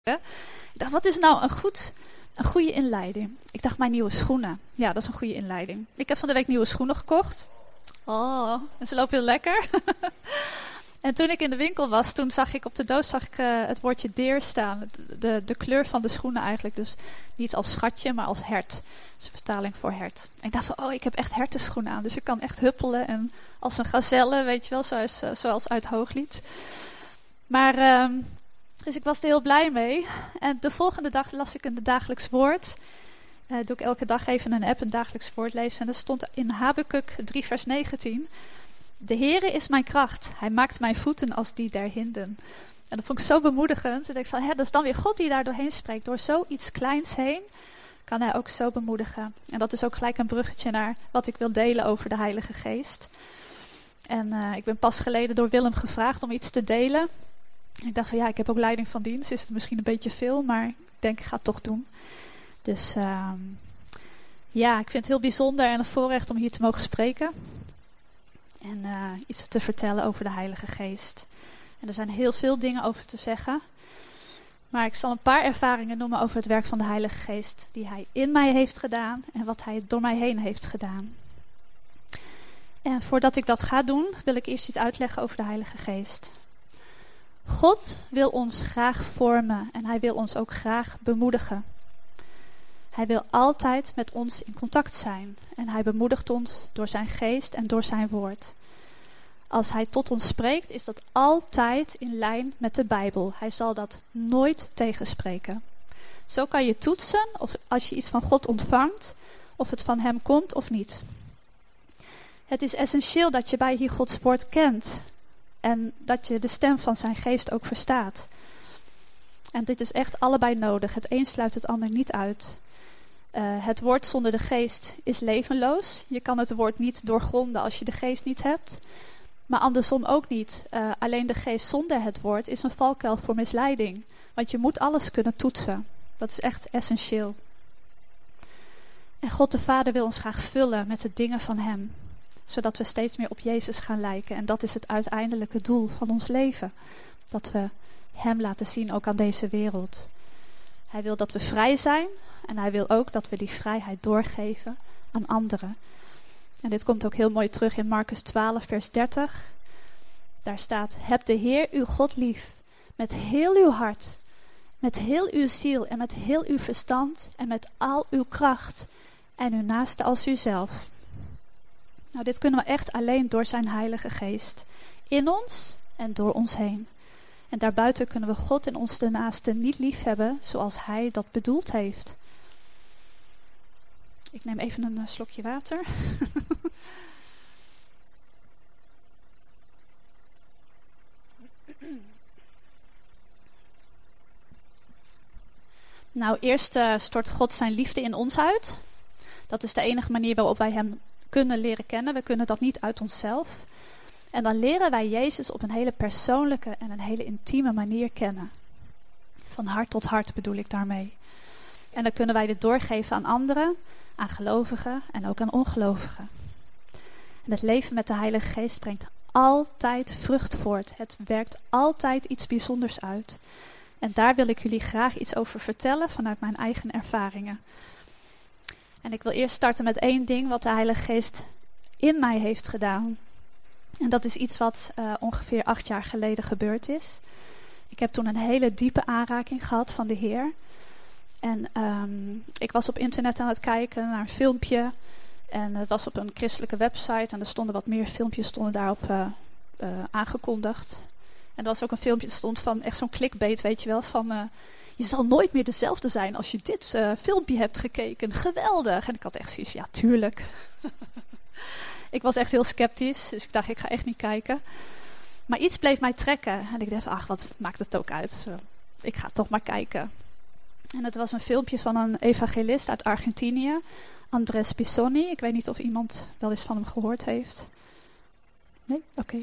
Ik dacht, wat is nou een goede inleiding? Ik dacht, mijn nieuwe schoenen. Ja, dat is een goede inleiding. Ik heb van de week nieuwe schoenen gekocht. Oh, en ze lopen heel lekker. En toen ik in de winkel was, toen zag ik op de doos het woordje deer staan. De kleur van de schoenen eigenlijk. Dus niet als schatje, maar als hert. Dat is een vertaling voor hert. En ik dacht van, ik heb echt hertenschoenen aan. Dus ik kan echt huppelen en als een gazelle, weet je wel, zoals uit Hooglied. Maar, dus ik was er heel blij mee. En de volgende dag las ik een dagelijks woord. Doe ik elke dag even een app, een dagelijks woord lezen. En er stond in Habakuk 3 vers 19... De Heere is mijn kracht. Hij maakt mijn voeten als die der hinden. En dat vond ik zo bemoedigend. En ik dacht van, dat is dan weer God die daar doorheen spreekt. Door zoiets kleins heen kan hij ook zo bemoedigen. En dat is ook gelijk een bruggetje naar wat ik wil delen over de Heilige Geest. En ik ben pas geleden door Willem gevraagd om iets te delen. Ik dacht van, ik heb ook leiding van dienst. Is het misschien een beetje veel, maar ik denk, ik ga het toch doen. Dus ik vind het heel bijzonder en een voorrecht om hier te mogen spreken. En iets te vertellen over de Heilige Geest. En er zijn heel veel dingen over te zeggen. Maar ik zal een paar ervaringen noemen over het werk van de Heilige Geest. Die hij in mij heeft gedaan en wat hij door mij heen heeft gedaan. En voordat ik dat ga doen, wil ik eerst iets uitleggen over de Heilige Geest. God wil ons graag vormen en hij wil ons ook graag bemoedigen. Hij wil altijd met ons in contact zijn. En hij bemoedigt ons door zijn geest en door zijn woord. Als hij tot ons spreekt, is dat altijd in lijn met de Bijbel. Hij zal dat nooit tegenspreken. Zo kan je toetsen of als je iets van God ontvangt, of het van hem komt of niet. Het is essentieel dat je bij hier Gods woord kent. En dat je de stem van zijn geest ook verstaat. En dit is echt allebei nodig. Het een sluit het ander niet uit. Het woord zonder de geest is levenloos. Je kan het woord niet doorgronden als je de geest niet hebt. Maar andersom ook niet. Alleen de geest zonder het woord is een valkuil voor misleiding. Want je moet alles kunnen toetsen. Dat is echt essentieel. En God de Vader wil ons graag vullen met de dingen van hem. Zodat we steeds meer op Jezus gaan lijken. En dat is het uiteindelijke doel van ons leven. Dat we hem laten zien ook aan deze wereld. Hij wil dat we vrij zijn. En hij wil ook dat we die vrijheid doorgeven aan anderen. En dit komt ook heel mooi terug in Marcus 12 vers 30. Daar staat, heb de Heer uw God lief. Met heel uw hart. Met heel uw ziel en met heel uw verstand. En met al uw kracht. En uw naaste als uzelf. Nou, dit kunnen we echt alleen door zijn Heilige Geest. In ons en door ons heen. En daarbuiten kunnen we God en ons de naaste niet lief hebben zoals hij dat bedoeld heeft. Ik neem even een slokje water. Nou, eerst stort God zijn liefde in ons uit. Dat is de enige manier waarop wij hem kunnen leren kennen. We kunnen dat niet uit onszelf. En dan leren wij Jezus op een hele persoonlijke en een hele intieme manier kennen. Van hart tot hart bedoel ik daarmee. En dan kunnen wij dit doorgeven aan anderen, aan gelovigen en ook aan ongelovigen. En het leven met de Heilige Geest brengt altijd vrucht voort. Het werkt altijd iets bijzonders uit. En daar wil ik jullie graag iets over vertellen vanuit mijn eigen ervaringen. En ik wil eerst starten met 1 ding wat de Heilige Geest in mij heeft gedaan. En dat is iets wat ongeveer 8 jaar geleden gebeurd is. Ik heb toen een hele diepe aanraking gehad van de Heer. En ik was op internet aan het kijken naar een filmpje. En het was op een christelijke website. En er stonden wat meer filmpjes daarop aangekondigd. En er was ook een filmpje dat stond van echt zo'n clickbait, weet je wel. Van je zal nooit meer dezelfde zijn als je dit filmpje hebt gekeken. Geweldig. En ik had echt zoiets, ja tuurlijk. Ik was echt heel sceptisch. Dus ik dacht, ik ga echt niet kijken. Maar iets bleef mij trekken. En ik dacht, ach, wat maakt het ook uit. Ik ga toch maar kijken. En het was een filmpje van een evangelist uit Argentinië. Andrés Pisoni. Ik weet niet of iemand wel eens van hem gehoord heeft. Nee? Oké.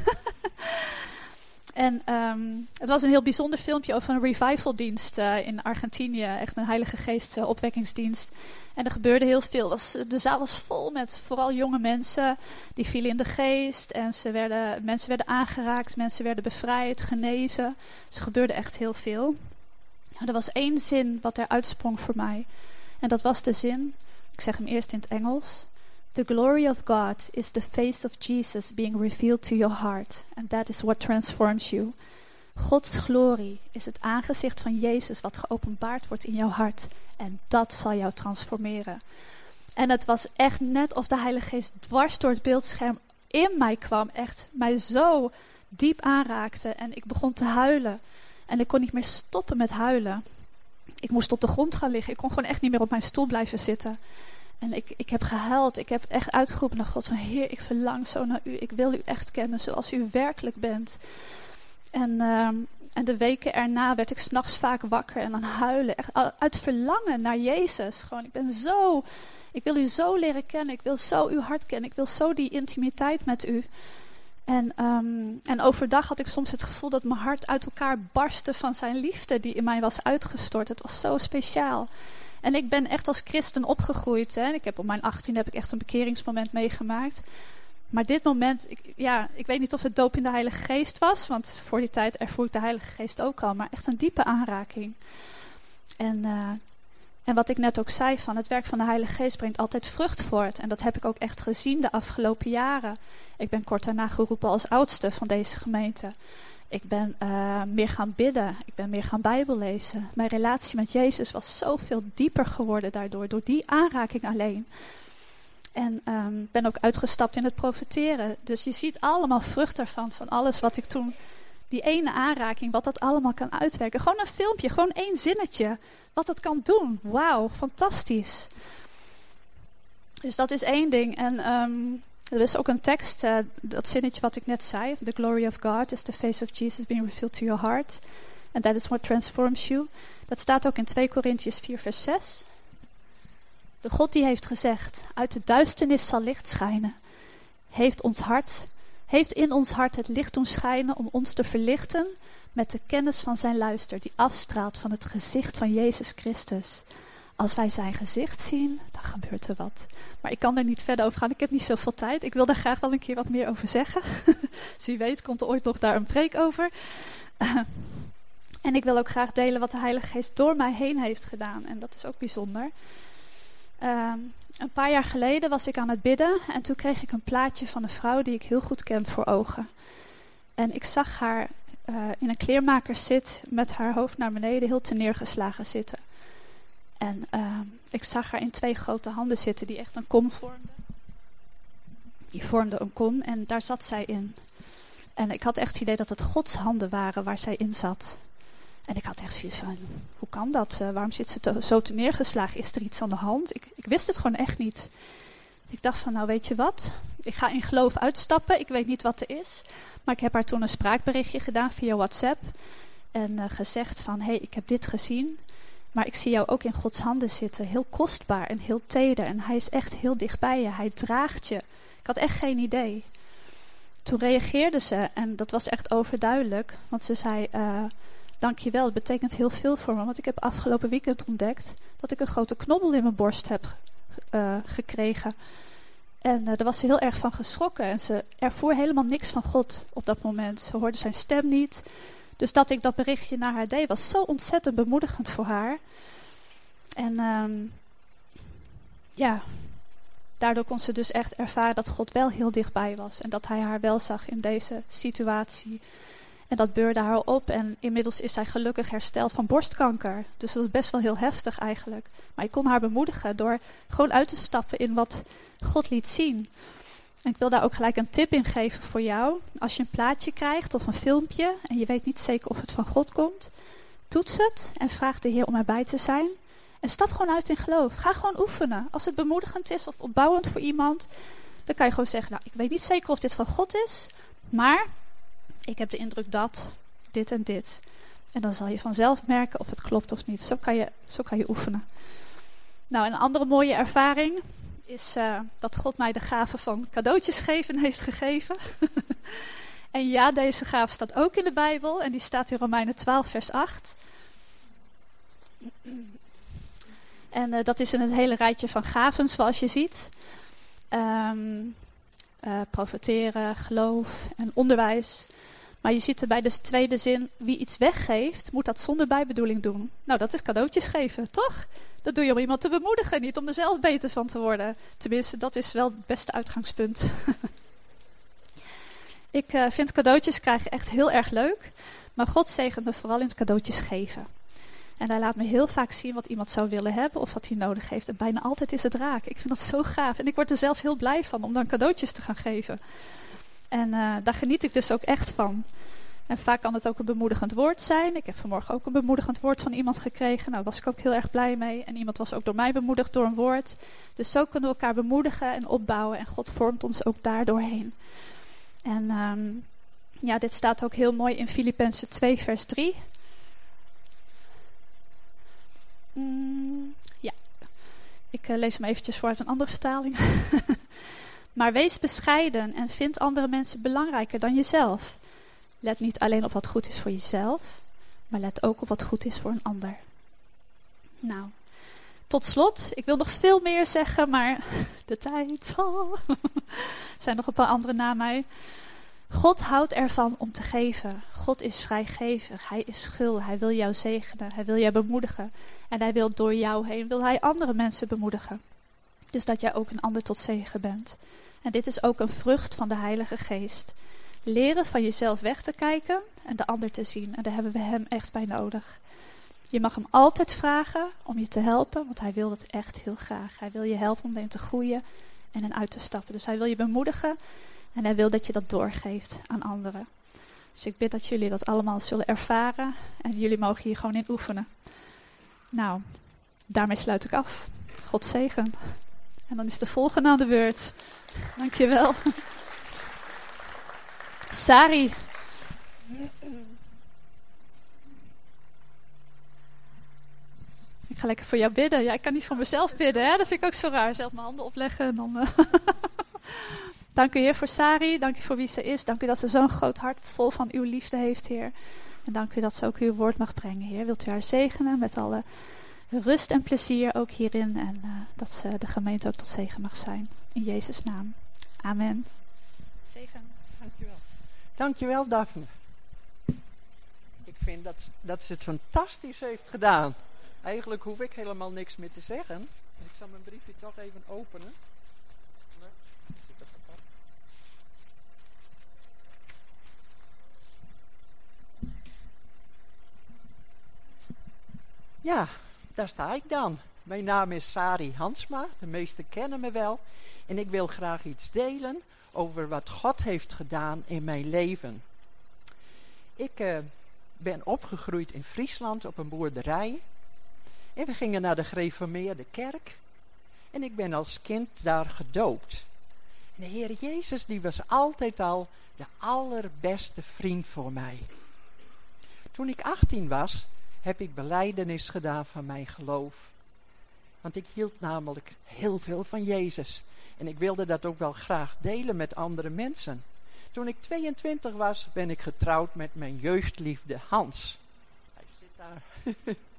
En het was een heel bijzonder filmpje over een revivaldienst in Argentinië. Echt een Heilige Geest opwekkingsdienst. En er gebeurde heel veel. De zaal was vol met vooral jonge mensen. Die vielen in de geest. En mensen werden aangeraakt. Mensen werden bevrijd, genezen. Dus er gebeurde echt heel veel. En er was 1 zin wat er uitsprong voor mij. En dat was de zin, ik zeg hem eerst in het Engels. The glory of God is the face of Jesus being revealed to your heart. And that is what transforms you. Gods glorie is het aangezicht van Jezus wat geopenbaard wordt in jouw hart. En dat zal jou transformeren. En het was echt net of de Heilige Geest dwars door het beeldscherm in mij kwam. Echt mij zo diep aanraakte. En ik begon te huilen. En ik kon niet meer stoppen met huilen. Ik moest op de grond gaan liggen. Ik kon gewoon echt niet meer op mijn stoel blijven zitten. En ik heb gehuild. Ik heb echt uitgeroepen naar God van Heer, ik verlang zo naar u. Ik wil u echt kennen zoals u werkelijk bent. En de weken erna werd ik 's nachts vaak wakker en dan huilen. Echt uit verlangen naar Jezus. Gewoon, ik wil u zo leren kennen. Ik wil zo uw hart kennen. Ik wil zo die intimiteit met u. En overdag had ik soms het gevoel dat mijn hart uit elkaar barstte van zijn liefde die in mij was uitgestort. Het was zo speciaal. En ik ben echt als christen opgegroeid. Hè. Op mijn 18e heb ik echt een bekeringsmoment meegemaakt. Maar dit moment, ik weet niet of het doop in de Heilige Geest was. Want voor die tijd ervoer ik de Heilige Geest ook al. Maar echt een diepe aanraking. En wat ik net ook zei, van het werk van de Heilige Geest brengt altijd vrucht voort. En dat heb ik ook echt gezien de afgelopen jaren. Ik ben kort daarna geroepen als oudste van deze gemeente. Ik ben meer gaan bidden. Ik ben meer gaan Bijbel lezen. Mijn relatie met Jezus was zoveel dieper geworden daardoor. Door die aanraking alleen. En ben ook uitgestapt in het profeteren. Dus je ziet allemaal vrucht ervan. Van alles wat ik toen, die ene aanraking, wat dat allemaal kan uitwerken. Gewoon een filmpje, gewoon 1 zinnetje. Wat het kan doen. Wauw, fantastisch. Dus dat is 1 ding. En er is ook een tekst, dat zinnetje wat ik net zei. The glory of God is the face of Jesus being revealed to your heart. And that is what transforms you. Dat staat ook in 2 Korintiërs 4 vers 6. De God die heeft gezegd, uit de duisternis zal licht schijnen. Heeft in ons hart het licht doen schijnen om ons te verlichten met de kennis van zijn luister, die afstraalt van het gezicht van Jezus Christus. Als wij zijn gezicht zien, dan gebeurt er wat. Maar ik kan er niet verder over gaan, ik heb niet zoveel tijd. Ik wil daar graag wel een keer wat meer over zeggen. Dus wie weet komt er ooit nog daar een preek over. En ik wil ook graag delen wat de Heilige Geest door mij heen heeft gedaan. En dat is ook bijzonder. Een paar jaar geleden was ik aan het bidden en toen kreeg ik een plaatje van een vrouw die ik heel goed ken voor ogen. En ik zag haar in een kleermakerszit met haar hoofd naar beneden heel neergeslagen zitten. En ik zag haar in 2 grote handen zitten die echt een kom vormden. Die vormden een kom en daar zat zij in. En ik had echt het idee dat het Gods handen waren waar zij in zat. En ik had echt zoiets van, hoe kan dat? Waarom zit ze zo te neergeslagen? Is er iets aan de hand? Ik wist het gewoon echt niet. Ik dacht van, nou weet je wat? Ik ga in geloof uitstappen. Ik weet niet wat er is. Maar ik heb haar toen een spraakberichtje gedaan via WhatsApp. En gezegd van, hey, ik heb dit gezien. Maar ik zie jou ook in Gods handen zitten. Heel kostbaar en heel teder. En hij is echt heel dicht bij je. Hij draagt je. Ik had echt geen idee. Toen reageerde ze. En dat was echt overduidelijk. Want ze zei, dankjewel, het betekent heel veel voor me. Want ik heb afgelopen weekend ontdekt dat ik een grote knobbel in mijn borst heb gekregen. En daar was ze heel erg van geschrokken. En ze ervoer helemaal niks van God op dat moment. Ze hoorde zijn stem niet. Dus dat ik dat berichtje naar haar deed was zo ontzettend bemoedigend voor haar. En daardoor kon ze dus echt ervaren dat God wel heel dichtbij was. En dat hij haar wel zag in deze situatie. En dat beurde haar op. En inmiddels is zij gelukkig hersteld van borstkanker. Dus dat is best wel heel heftig eigenlijk. Maar ik kon haar bemoedigen door gewoon uit te stappen in wat God liet zien. En ik wil daar ook gelijk een tip in geven voor jou. Als je een plaatje krijgt of een filmpje en je weet niet zeker of het van God komt, toets het en vraag de Heer om erbij te zijn. En stap gewoon uit in geloof. Ga gewoon oefenen. Als het bemoedigend is of opbouwend voor iemand, dan kan je gewoon zeggen, nou, ik weet niet zeker of dit van God is, maar ik heb de indruk dat, dit en dit. En dan zal je vanzelf merken of het klopt of niet. Zo kan je oefenen. Nou, een andere mooie ervaring is dat God mij de gave van cadeautjes geven heeft gegeven. En ja, deze gave staat ook in de Bijbel. En die staat in Romeinen 12 vers 8. En dat is in het hele rijtje van gaven zoals je ziet. Profeteren, geloof en onderwijs. Maar je ziet er bij de tweede zin, wie iets weggeeft, moet dat zonder bijbedoeling doen. Nou, dat is cadeautjes geven, toch? Dat doe je om iemand te bemoedigen, niet om er zelf beter van te worden. Tenminste, dat is wel het beste uitgangspunt. Ik vind cadeautjes krijgen echt heel erg leuk. Maar God zegent me vooral in het cadeautjes geven. En hij laat me heel vaak zien wat iemand zou willen hebben of wat hij nodig heeft. En bijna altijd is het raak. Ik vind dat zo gaaf. En ik word er zelfs heel blij van om dan cadeautjes te gaan geven. En daar geniet ik dus ook echt van. En vaak kan het ook een bemoedigend woord zijn. Ik heb vanmorgen ook een bemoedigend woord van iemand gekregen. Nou, daar was ik ook heel erg blij mee. En iemand was ook door mij bemoedigd door een woord. Dus zo kunnen we elkaar bemoedigen en opbouwen. En God vormt ons ook daardoorheen. En dit staat ook heel mooi in Filippenzen 2 vers 3. Ik lees hem eventjes voor uit een andere vertaling. Maar wees bescheiden en vind andere mensen belangrijker dan jezelf. Let niet alleen op wat goed is voor jezelf, maar let ook op wat goed is voor een ander. Nou, tot slot, ik wil nog veel meer zeggen, maar de tijd. Er zijn nog een paar andere na mij. God houdt ervan om te geven. God is vrijgevig. Hij is gul. Hij wil jou zegenen. Hij wil jou bemoedigen. En hij wil door jou heen, wil hij andere mensen bemoedigen. Dus dat jij ook een ander tot zegen bent. En dit is ook een vrucht van de Heilige Geest. Leren van jezelf weg te kijken en de ander te zien. En daar hebben we hem echt bij nodig. Je mag hem altijd vragen om je te helpen, want hij wil dat echt heel graag. Hij wil je helpen om erin te groeien en in uit te stappen. Dus hij wil je bemoedigen en hij wil dat je dat doorgeeft aan anderen. Dus ik bid dat jullie dat allemaal zullen ervaren en jullie mogen hier gewoon in oefenen. Nou, daarmee sluit ik af. God zegen. En dan is de volgende aan de beurt. Dankjewel. Sari. Ik ga lekker voor jou bidden. Ja, ik kan niet voor mezelf bidden. Hè? Dat vind ik ook zo raar. Zelf mijn handen opleggen en dan... Dank u, Heer, voor Sari. Dank u voor wie ze is. Dank u dat ze zo'n groot hart vol van uw liefde heeft, Heer. En dank u dat ze ook uw woord mag brengen, Heer. Wilt u haar zegenen met alle rust en plezier ook hierin. En dat ze de gemeente ook tot zegen mag zijn. In Jezus' naam. Amen. Zegen. Dankjewel. Dankjewel, Daphne. Ik vind dat ze het fantastisch heeft gedaan. Eigenlijk hoef ik helemaal niks meer te zeggen. Ik zal mijn briefje toch even openen. Ja, daar sta ik dan. Mijn naam is Sari Hansma. De meesten kennen me wel. En ik wil graag iets delen over wat God heeft gedaan in mijn leven. Ik ben opgegroeid in Friesland op een boerderij. En we gingen naar de gereformeerde kerk. En ik ben als kind daar gedoopt. En de Heer Jezus die was altijd al de allerbeste vriend voor mij. Toen ik 18 was, heb ik belijdenis gedaan van mijn geloof. Want ik hield namelijk heel veel van Jezus. En ik wilde dat ook wel graag delen met andere mensen. Toen ik 22 was, ben ik getrouwd met mijn jeugdliefde Hans. Hij zit daar.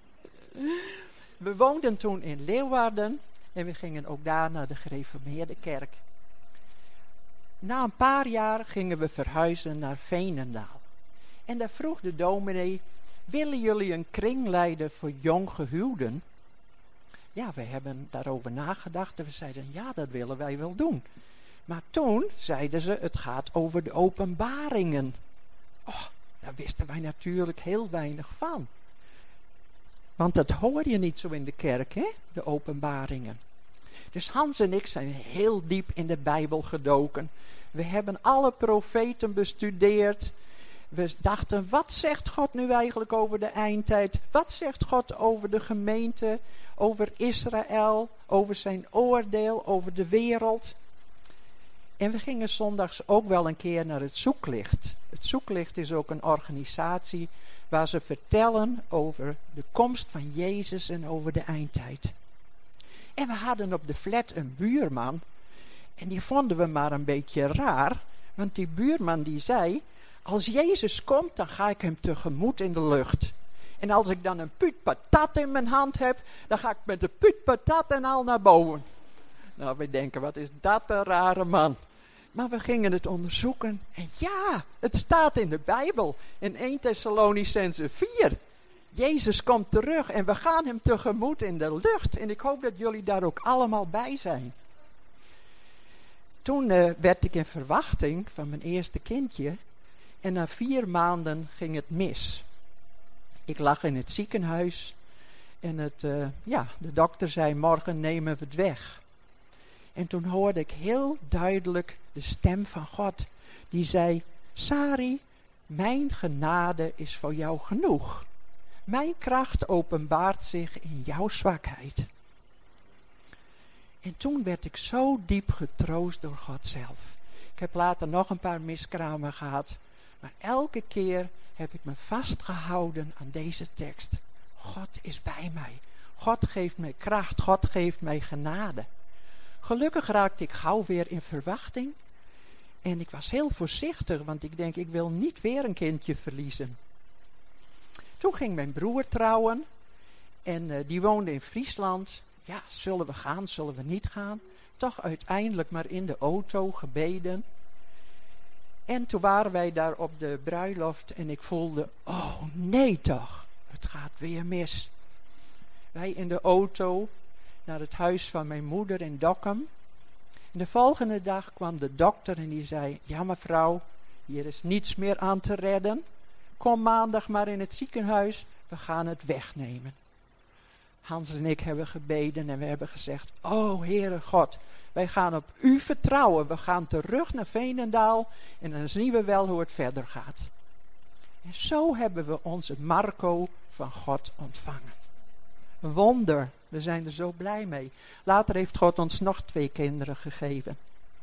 We woonden toen in Leeuwarden. En we gingen ook daar naar de gereformeerde kerk. Na een paar jaar gingen we verhuizen naar Veenendaal. En daar vroeg de dominee: willen jullie een kring leiden voor jonggehuwden? Ja, we hebben daarover nagedacht en we zeiden, ja, dat willen wij wel doen. Maar toen zeiden ze, het gaat over de openbaringen. Oh, daar wisten wij natuurlijk heel weinig van. Want dat hoor je niet zo in de kerk, hè, de openbaringen. Dus Hans en ik zijn heel diep in de Bijbel gedoken. We hebben alle profeten bestudeerd. We dachten, wat zegt God nu eigenlijk over de eindtijd? Wat zegt God over de gemeente, over Israël, over zijn oordeel, over de wereld? En we gingen zondags ook wel een keer naar het Zoeklicht. Het Zoeklicht is ook een organisatie waar ze vertellen over de komst van Jezus en over de eindtijd. En we hadden op de flat een buurman. En die vonden we maar een beetje raar. Want die buurman die zei, als Jezus komt, dan ga ik hem tegemoet in de lucht. En als ik dan een puut patat in mijn hand heb, dan ga ik met de puut patat en al naar boven. Nou, we denken, wat is dat een rare man. Maar we gingen het onderzoeken. En ja, het staat in de Bijbel. In 1 Thessalonicenzen 4. Jezus komt terug en we gaan hem tegemoet in de lucht. En ik hoop dat jullie daar ook allemaal bij zijn. Toen werd ik in verwachting van mijn eerste kindje. En na 4 maanden ging het mis. Ik lag in het ziekenhuis. En de dokter zei, morgen nemen we het weg. En toen hoorde ik heel duidelijk de stem van God. Die zei, Sari, mijn genade is voor jou genoeg. Mijn kracht openbaart zich in jouw zwakheid. En toen werd ik zo diep getroost door God zelf. Ik heb later nog een paar miskramen gehad. Maar elke keer heb ik me vastgehouden aan deze tekst. God is bij mij. God geeft mij kracht. God geeft mij genade. Gelukkig raakte ik gauw weer in verwachting. En ik was heel voorzichtig, want ik denk, ik wil niet weer een kindje verliezen. Toen ging mijn broer trouwen. En die woonde in Friesland. Ja, zullen we gaan, zullen we niet gaan? Toch uiteindelijk maar in de auto gebeden. En toen waren wij daar op de bruiloft en ik voelde, oh nee toch, het gaat weer mis. Wij in de auto naar het huis van mijn moeder in Dokkum. En de volgende dag kwam de dokter en die zei, ja mevrouw, hier is niets meer aan te redden. Kom maandag maar in het ziekenhuis, we gaan het wegnemen. Hans en ik hebben gebeden en we hebben gezegd, oh Heere God, wij gaan op u vertrouwen. We gaan terug naar Veenendaal en dan zien we wel hoe het verder gaat. En zo hebben we onze Marco van God ontvangen. Een wonder, we zijn er zo blij mee. Later heeft God ons nog 2 kinderen gegeven.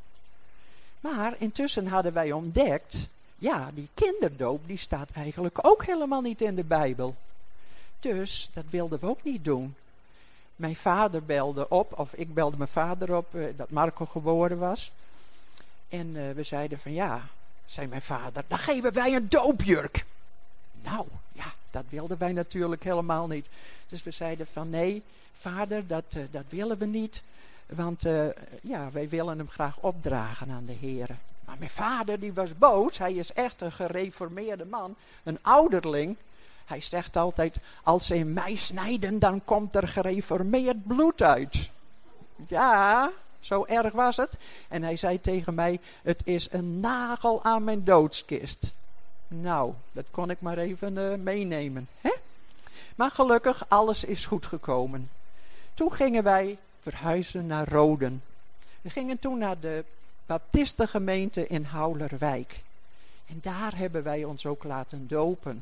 Maar intussen hadden wij ontdekt, ja, die kinderdoop die staat eigenlijk ook helemaal niet in de Bijbel. Dus dat wilden we ook niet doen. Mijn vader belde op, of ik belde mijn vader op, dat Marco geboren was. En we zeiden van ja, zei mijn vader, dan geven wij een doopjurk. Nou, ja, dat wilden wij natuurlijk helemaal niet. Dus we zeiden van nee, vader, dat willen we niet. Want wij willen hem graag opdragen aan de Heere. Maar mijn vader die was boos, hij is echt een gereformeerde man, een ouderling. Hij zegt altijd, als ze in mij snijden, dan komt er gereformeerd bloed uit. Ja, zo erg was het. En hij zei tegen mij, het is een nagel aan mijn doodskist. Nou, dat kon ik maar even meenemen. Hè? Maar gelukkig, alles is goed gekomen. Toen gingen wij verhuizen naar Roden. We gingen toen naar de Baptistengemeente in Houwlerwijk. En daar hebben wij ons ook laten dopen.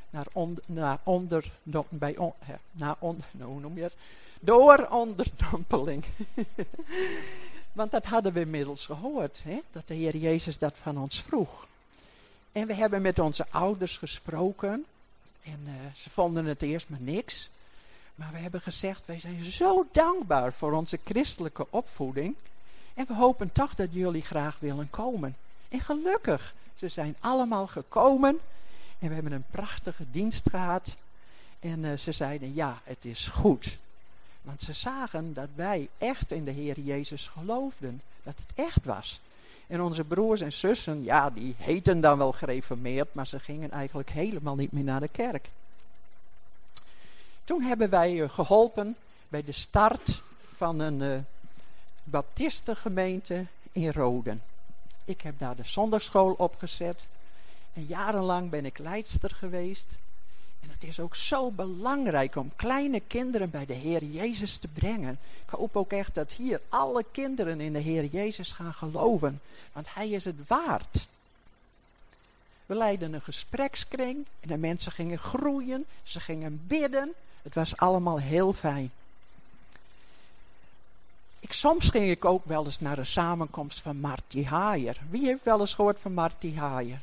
Door onderdompeling. Want dat hadden we inmiddels gehoord. Hè? Dat de Heer Jezus dat van ons vroeg. En we hebben met onze ouders gesproken. En ze vonden het eerst maar niks. Maar we hebben gezegd, wij zijn zo dankbaar voor onze christelijke opvoeding. En we hopen toch dat jullie graag willen komen. En gelukkig, ze zijn allemaal gekomen. En we hebben een prachtige dienst gehad. En ze zeiden, ja, het is goed. Want ze zagen dat wij echt in de Heer Jezus geloofden. Dat het echt was. En onze broers en zussen, ja, die heten dan wel gereformeerd. Maar ze gingen eigenlijk helemaal niet meer naar de kerk. Toen hebben wij geholpen bij de start van een Baptistengemeente in Roden. Ik heb daar de zondagschool opgezet. En jarenlang ben ik leidster geweest. En het is ook zo belangrijk om kleine kinderen bij de Heer Jezus te brengen. Ik hoop ook echt dat hier alle kinderen in de Heer Jezus gaan geloven. Want Hij is het waard. We leidden een gesprekskring. En de mensen gingen groeien. Ze gingen bidden. Het was allemaal heel fijn. Soms ging ik ook wel eens naar een samenkomst van Marty Haier. Wie heeft wel eens gehoord van Marty Haier?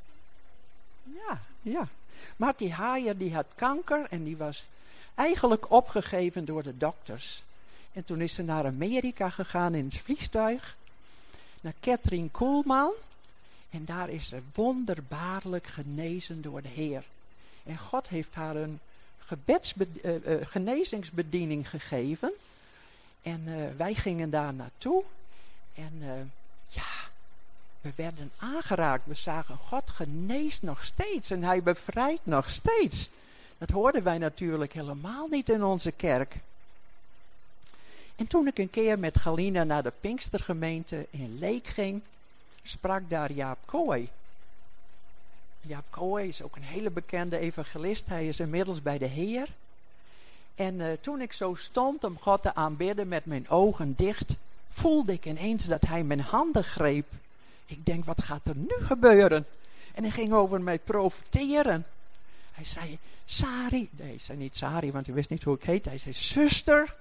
Ja. Marty Haier die had kanker en die was eigenlijk opgegeven door de dokters. En toen is ze naar Amerika gegaan in het vliegtuig. Naar Catherine Kuhlman. En daar is ze wonderbaarlijk genezen door de Heer. En God heeft haar een genezingsbediening gegeven. En wij gingen daar naartoe. En We werden aangeraakt. We zagen God geneest nog steeds en hij bevrijdt nog steeds. Dat hoorden wij natuurlijk helemaal niet in onze kerk. En toen ik een keer met Galina naar de Pinkstergemeente in Leek ging, sprak daar Jaap Kooi. Jaap Kooi is ook een hele bekende evangelist. Hij is inmiddels bij de Heer. En toen ik zo stond om God te aanbidden met mijn ogen dicht, voelde ik ineens dat hij mijn handen greep. Ik denk, wat gaat er nu gebeuren? En hij ging over mij profeteren. Hij zei, Sari. Nee, hij zei niet Sari, want hij wist niet hoe ik heet. Hij zei, zuster,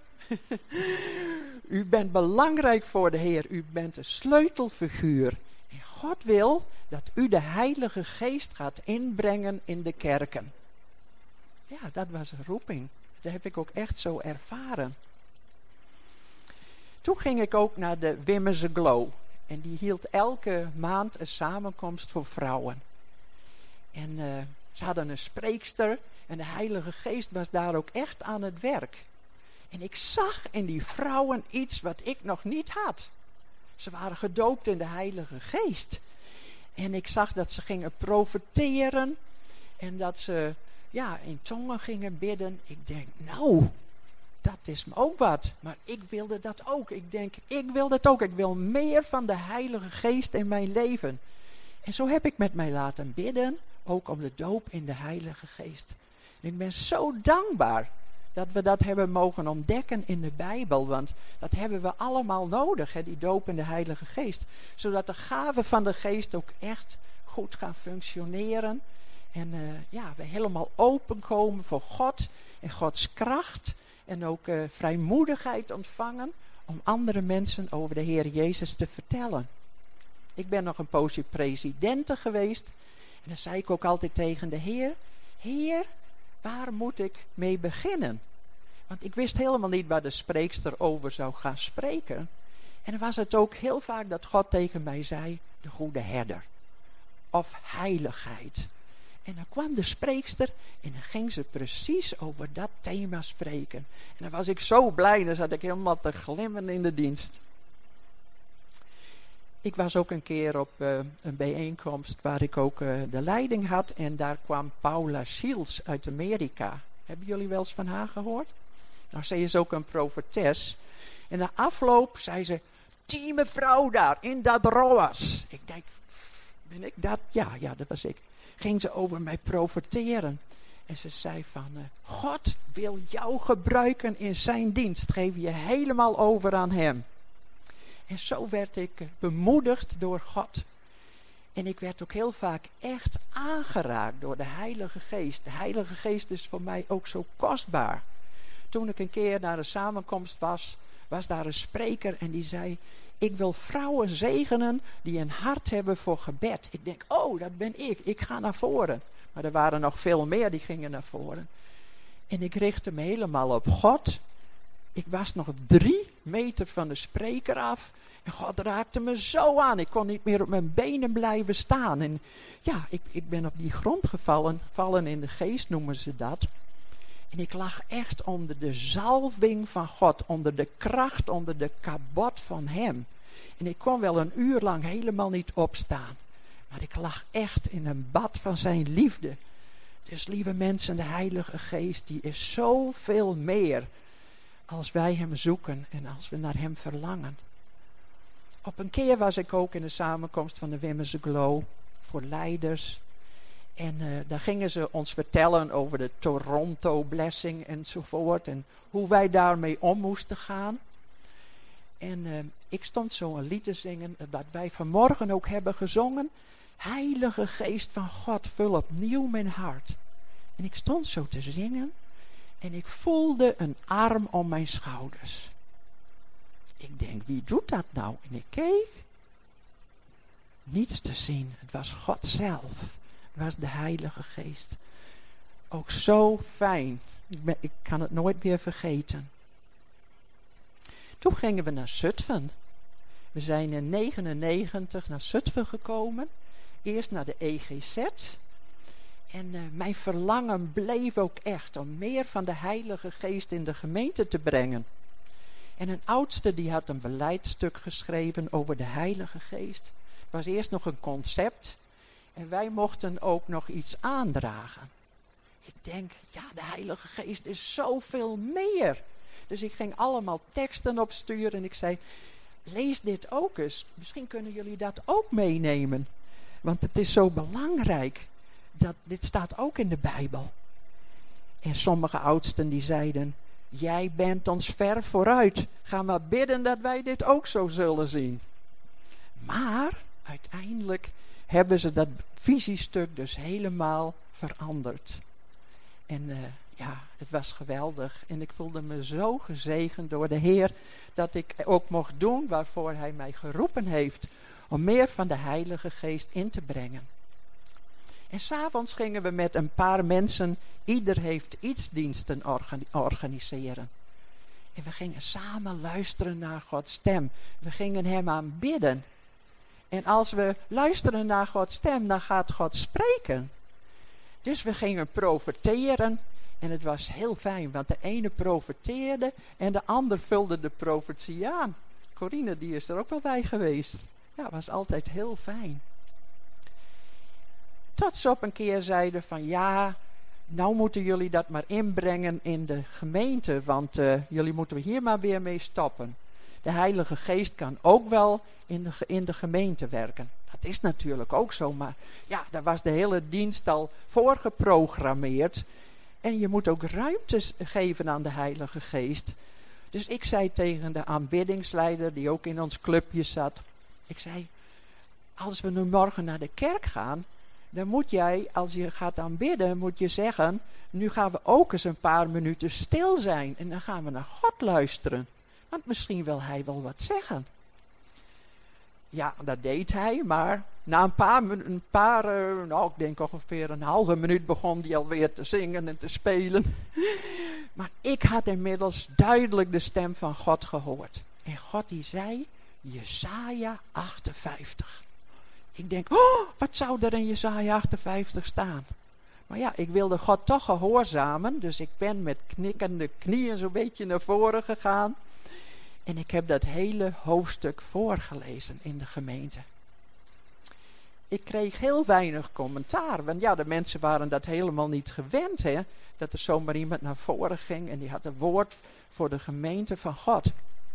u bent belangrijk voor de Heer. U bent een sleutelfiguur. En God wil dat u de Heilige Geest gaat inbrengen in de kerken. Ja, dat was een roeping. Dat heb ik ook echt zo ervaren. Toen ging ik ook naar de Wimmense Glow. En die hield elke maand een samenkomst voor vrouwen. En ze hadden een spreekster. En de Heilige Geest was daar ook echt aan het werk. En ik zag in die vrouwen iets wat ik nog niet had. Ze waren gedoopt in de Heilige Geest. En ik zag dat ze gingen profeteren. En dat ze in tongen gingen bidden. Ik denk, nou, dat is me ook wat. Maar ik wilde dat ook. Ik denk, ik wil dat ook. Ik wil meer van de Heilige Geest in mijn leven. En zo heb ik met mij laten bidden. Ook om de doop in de Heilige Geest. En ik ben zo dankbaar dat we dat hebben mogen ontdekken in de Bijbel. Want dat hebben we allemaal nodig, hè, die doop in de Heilige Geest. Zodat de gaven van de Geest ook echt goed gaan functioneren. En we helemaal openkomen voor God en Gods kracht. En ook vrijmoedigheid ontvangen om andere mensen over de Heer Jezus te vertellen. Ik ben nog een poosje presidente geweest. En dan zei ik ook altijd tegen de Heer, Heer, waar moet ik mee beginnen? Want ik wist helemaal niet waar de spreekster over zou gaan spreken. En dan was het ook heel vaak dat God tegen mij zei, de goede herder. Of heiligheid. En dan kwam de spreekster en dan ging ze precies over dat thema spreken. En dan was ik zo blij, dan zat ik helemaal te glimmen in de dienst. Ik was ook een keer op een bijeenkomst waar ik ook de leiding had. En daar kwam Paula Shields uit Amerika. Hebben jullie wel eens van haar gehoord? Nou, zij is ook een profetes. En na afloop zei ze, die mevrouw daar in dat roas. Ik denk, ben ik dat? Ja, dat was ik. Ging ze over mij profeteren. En ze zei van, God wil jou gebruiken in zijn dienst. Geef je helemaal over aan hem. En zo werd ik bemoedigd door God. En ik werd ook heel vaak echt aangeraakt door de Heilige Geest. De Heilige Geest is voor mij ook zo kostbaar. Toen ik een keer naar een samenkomst was daar een spreker en die zei, ik wil vrouwen zegenen die een hart hebben voor gebed. Ik denk, oh, dat ben ik. Ik ga naar voren. Maar er waren nog veel meer die gingen naar voren. En ik richtte me helemaal op God. Ik was nog 3 meter van de spreker af. En God raakte me zo aan. Ik kon niet meer op mijn benen blijven staan. En ja, ik ben op die grond gevallen. Vallen in de geest noemen ze dat. En ik lag echt onder de zalving van God. Onder de kracht, onder de kabot van hem. En ik kon wel een uur lang helemaal niet opstaan. Maar ik lag echt in een bad van zijn liefde. Dus lieve mensen, de Heilige Geest, die is zoveel meer als wij hem zoeken en als we naar hem verlangen. Op een keer was ik ook in de samenkomst van de Wimmense Glow voor leiders. En daar gingen ze ons vertellen over de Toronto Blessing enzovoort. En hoe wij daarmee om moesten gaan. En ik stond zo een lied te zingen, wat wij vanmorgen ook hebben gezongen. Heilige Geest van God, vul opnieuw mijn hart. En ik stond zo te zingen. En ik voelde een arm om mijn schouders. Ik denk, wie doet dat nou? En ik keek. Niets te zien. Het was God zelf. Het was de Heilige Geest. Ook zo fijn. Ik kan het nooit meer vergeten. Toen gingen we naar Zutphen. We zijn in 1999 naar Zutphen gekomen. Eerst naar de EGZ. En mijn verlangen bleef ook echt om meer van de Heilige Geest in de gemeente te brengen. En een oudste die had een beleidstuk geschreven over de Heilige Geest. was eerst nog een concept. En wij mochten ook nog iets aandragen. Ik denk, ja, de Heilige Geest is zoveel meer. Dus ik ging allemaal teksten opsturen en ik zei, lees dit ook eens. Misschien kunnen jullie dat ook meenemen. Want het is zo belangrijk. Dit staat ook in de Bijbel. En sommige oudsten die zeiden, jij bent ons ver vooruit. Ga maar bidden dat wij dit ook zo zullen zien. Maar uiteindelijk hebben ze dat visiestuk dus helemaal veranderd. En het was geweldig. En ik voelde me zo gezegend door de Heer dat ik ook mocht doen waarvoor Hij mij geroepen heeft. Om meer van de Heilige Geest in te brengen. En 's avonds gingen we met een paar mensen, ieder heeft iets diensten organiseren. En we gingen samen luisteren naar Gods stem. We gingen Hem aanbidden. En als we luisteren naar Gods stem, dan gaat God spreken. Dus we gingen profeteren. En het was heel fijn, want de ene profeteerde en de ander vulde de profetie aan. Corine, die is er ook wel bij geweest. Ja, het was altijd heel fijn. Tot ze op een keer zeiden van ja, nou moeten jullie dat maar inbrengen in de gemeente, want jullie moeten hier maar weer mee stoppen. De Heilige Geest kan ook wel in de gemeente werken. Dat is natuurlijk ook zo, maar ja, daar was de hele dienst al voor geprogrammeerd. En je moet ook ruimte geven aan de Heilige Geest. Dus ik zei tegen de aanbiddingsleider, die ook in ons clubje zat. Ik zei, als we nu morgen naar de kerk gaan, dan moet jij, als je gaat aanbidden, moet je zeggen, nu gaan we ook eens een paar minuten stil zijn. En dan gaan we naar God luisteren. Want misschien wil Hij wel wat zeggen. Ja, dat deed hij, maar na ik denk ongeveer een halve minuut begon hij alweer te zingen en te spelen. Maar ik had inmiddels duidelijk de stem van God gehoord. En God die zei, Jesaja 58. Ik denk, wat zou er in Jesaja 58 staan? Maar ja, ik wilde God toch gehoorzamen, dus ik ben met knikkende knieën zo'n beetje naar voren gegaan. En ik heb dat hele hoofdstuk voorgelezen in de gemeente. Ik kreeg heel weinig commentaar. Want ja, de mensen waren dat helemaal niet gewend. Hè? Dat er zomaar iemand naar voren ging. En die had een woord voor de gemeente van God.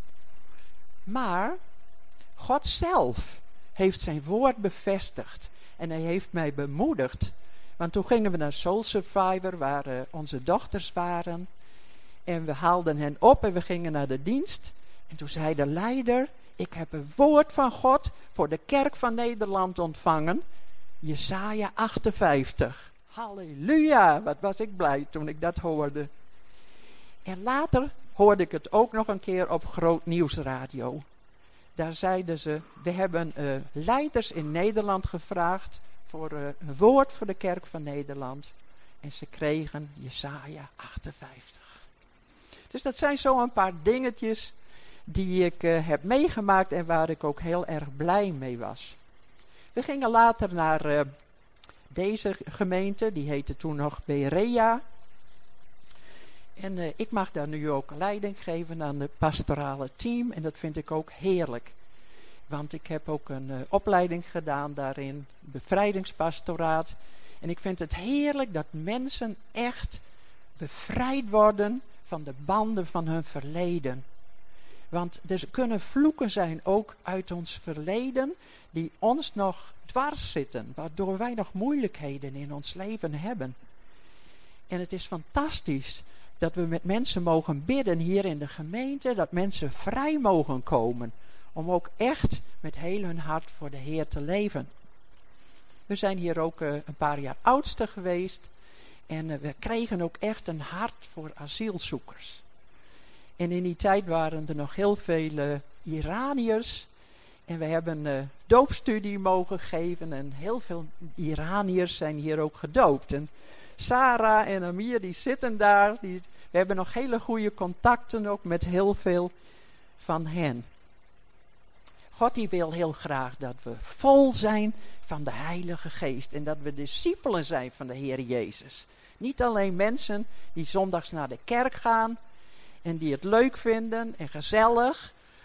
Maar God zelf heeft zijn woord bevestigd. En hij heeft mij bemoedigd. Want toen gingen we naar Soul Survivor. Waar onze dochters waren. En we haalden hen op en we gingen naar de dienst. En toen zei de leider, ik heb een woord van God voor de kerk van Nederland ontvangen. Jesaja 58. Halleluja, wat was ik blij toen ik dat hoorde. En later hoorde ik het ook nog een keer op Groot Nieuwsradio. Daar zeiden ze, we hebben leiders in Nederland gevraagd voor een woord voor de kerk van Nederland. En ze kregen Jesaja 58. Dus dat zijn zo een paar dingetjes die ik heb meegemaakt en waar ik ook heel erg blij mee was. We gingen later naar deze gemeente, die heette toen nog Berea. En ik mag daar nu ook leiding geven aan het pastorale team en dat vind ik ook heerlijk. Want ik heb ook een opleiding gedaan daarin, bevrijdingspastoraat. En ik vind het heerlijk dat mensen echt bevrijd worden van de banden van hun verleden. Want er kunnen vloeken zijn ook uit ons verleden die ons nog dwars zitten. Waardoor wij nog moeilijkheden in ons leven hebben. En het is fantastisch dat we met mensen mogen bidden hier in de gemeente. Dat mensen vrij mogen komen. Om ook echt met heel hun hart voor de Heer te leven. We zijn hier ook een paar jaar oudste geweest. En we kregen ook echt een hart voor asielzoekers. En in die tijd waren er nog heel veel Iraniërs. En we hebben een doopstudie mogen geven. En heel veel Iraniërs zijn hier ook gedoopt. En Sarah en Amir die zitten daar. We hebben nog hele goede contacten ook met heel veel van hen. God die wil heel graag dat we vol zijn van de Heilige Geest. En dat we discipelen zijn van de Heer Jezus. Niet alleen mensen die zondags naar de kerk gaan. En die het leuk vinden en gezellig.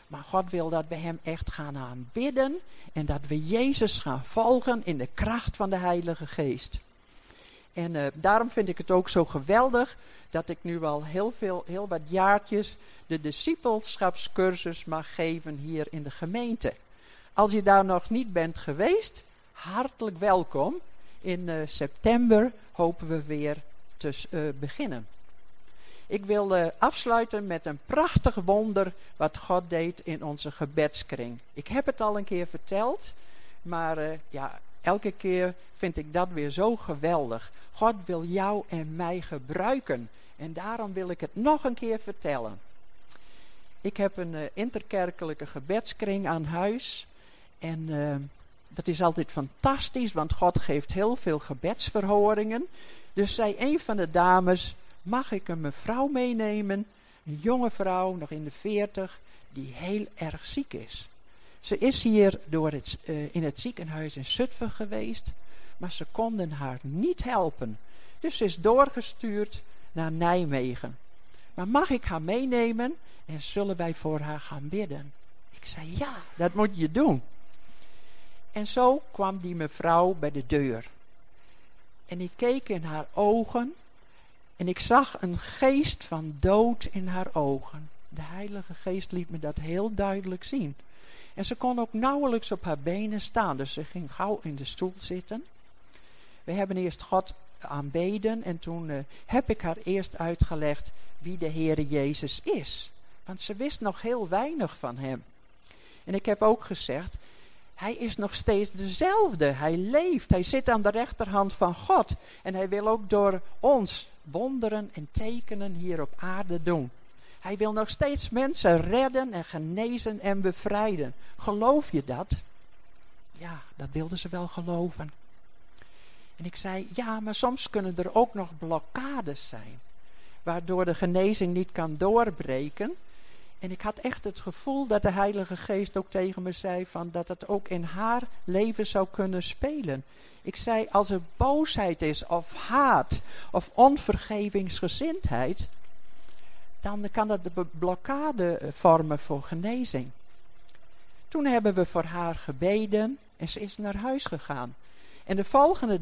Maar God wil dat we hem echt gaan aanbidden. En dat we Jezus gaan volgen in de kracht van de Heilige Geest. En daarom vind ik het ook zo geweldig dat ik nu al heel wat jaartjes de discipelschapscursus mag geven hier in de gemeente. Als je daar nog niet bent geweest, hartelijk welkom. In september hopen we weer te beginnen. Ik wil afsluiten met een prachtig wonder wat God deed in onze gebedskring. Ik heb het al een keer verteld, maar elke keer vind ik dat weer zo geweldig. God wil jou en mij gebruiken en daarom wil ik het nog een keer vertellen. Ik heb een interkerkelijke gebedskring aan huis en dat is altijd fantastisch, want God geeft heel veel gebedsverhoringen. Dus zei een van de dames, mag ik een mevrouw meenemen, een jonge vrouw, nog in de 40, die heel erg ziek is. Ze is hier in het ziekenhuis in Zutphen geweest, maar ze konden haar niet helpen. Dus ze is doorgestuurd naar Nijmegen. Maar mag ik haar meenemen en zullen wij voor haar gaan bidden? Ik zei ja, dat moet je doen. En zo kwam die mevrouw bij de deur. En ik keek in haar ogen en ik zag een geest van dood in haar ogen. De Heilige Geest liet me dat heel duidelijk zien. En ze kon ook nauwelijks op haar benen staan, dus ze ging gauw in de stoel zitten. We hebben eerst God aanbeden en toen heb ik haar eerst uitgelegd wie de Heere Jezus is. Want ze wist nog heel weinig van hem. En ik heb ook gezegd, hij is nog steeds dezelfde. Hij leeft. Hij zit aan de rechterhand van God. En hij wil ook door ons wonderen en tekenen hier op aarde doen. Hij wil nog steeds mensen redden en genezen en bevrijden. Geloof je dat? Ja, dat wilden ze wel geloven. En ik zei, ja, maar soms kunnen er ook nog blokkades zijn. Waardoor de genezing niet kan doorbreken. En ik had echt het gevoel dat de Heilige Geest ook tegen me zei van dat het ook in haar leven zou kunnen spelen. Ik zei, als er boosheid is of haat of onvergevingsgezindheid, dan kan dat de blokkade vormen voor genezing. Toen hebben we voor haar gebeden en ze is naar huis gegaan. En de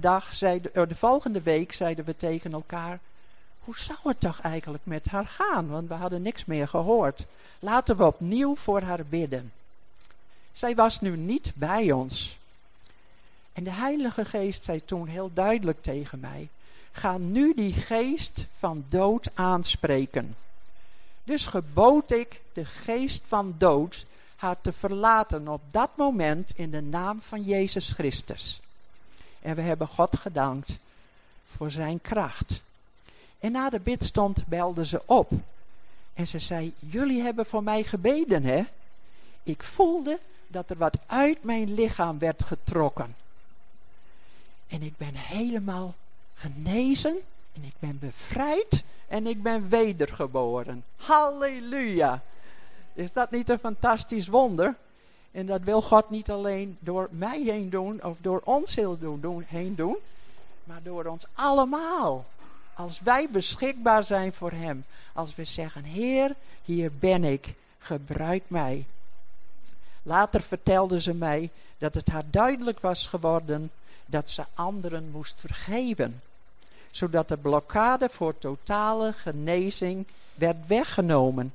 volgende week zeiden we tegen elkaar, hoe zou het toch eigenlijk met haar gaan? Want we hadden niks meer gehoord. Laten we opnieuw voor haar bidden. Zij was nu niet bij ons. En de Heilige Geest zei toen heel duidelijk tegen mij, ga nu die geest van dood aanspreken. Dus gebood ik de geest van dood haar te verlaten op dat moment in de naam van Jezus Christus. En we hebben God gedankt voor zijn kracht. En na de bidstond belde ze op. En ze zei, jullie hebben voor mij gebeden, hè? Ik voelde dat er wat uit mijn lichaam werd getrokken. En ik ben helemaal genezen. En ik ben bevrijd. En ik ben wedergeboren. Halleluja! Is dat niet een fantastisch wonder? En dat wil God niet alleen door mij heen doen. Of door ons heen doen. Maar door ons allemaal. Als wij beschikbaar zijn voor hem. Als we zeggen, Heer, hier ben ik. Gebruik mij. Later vertelde ze mij dat het haar duidelijk was geworden dat ze anderen moest vergeven. Zodat de blokkade voor totale genezing werd weggenomen.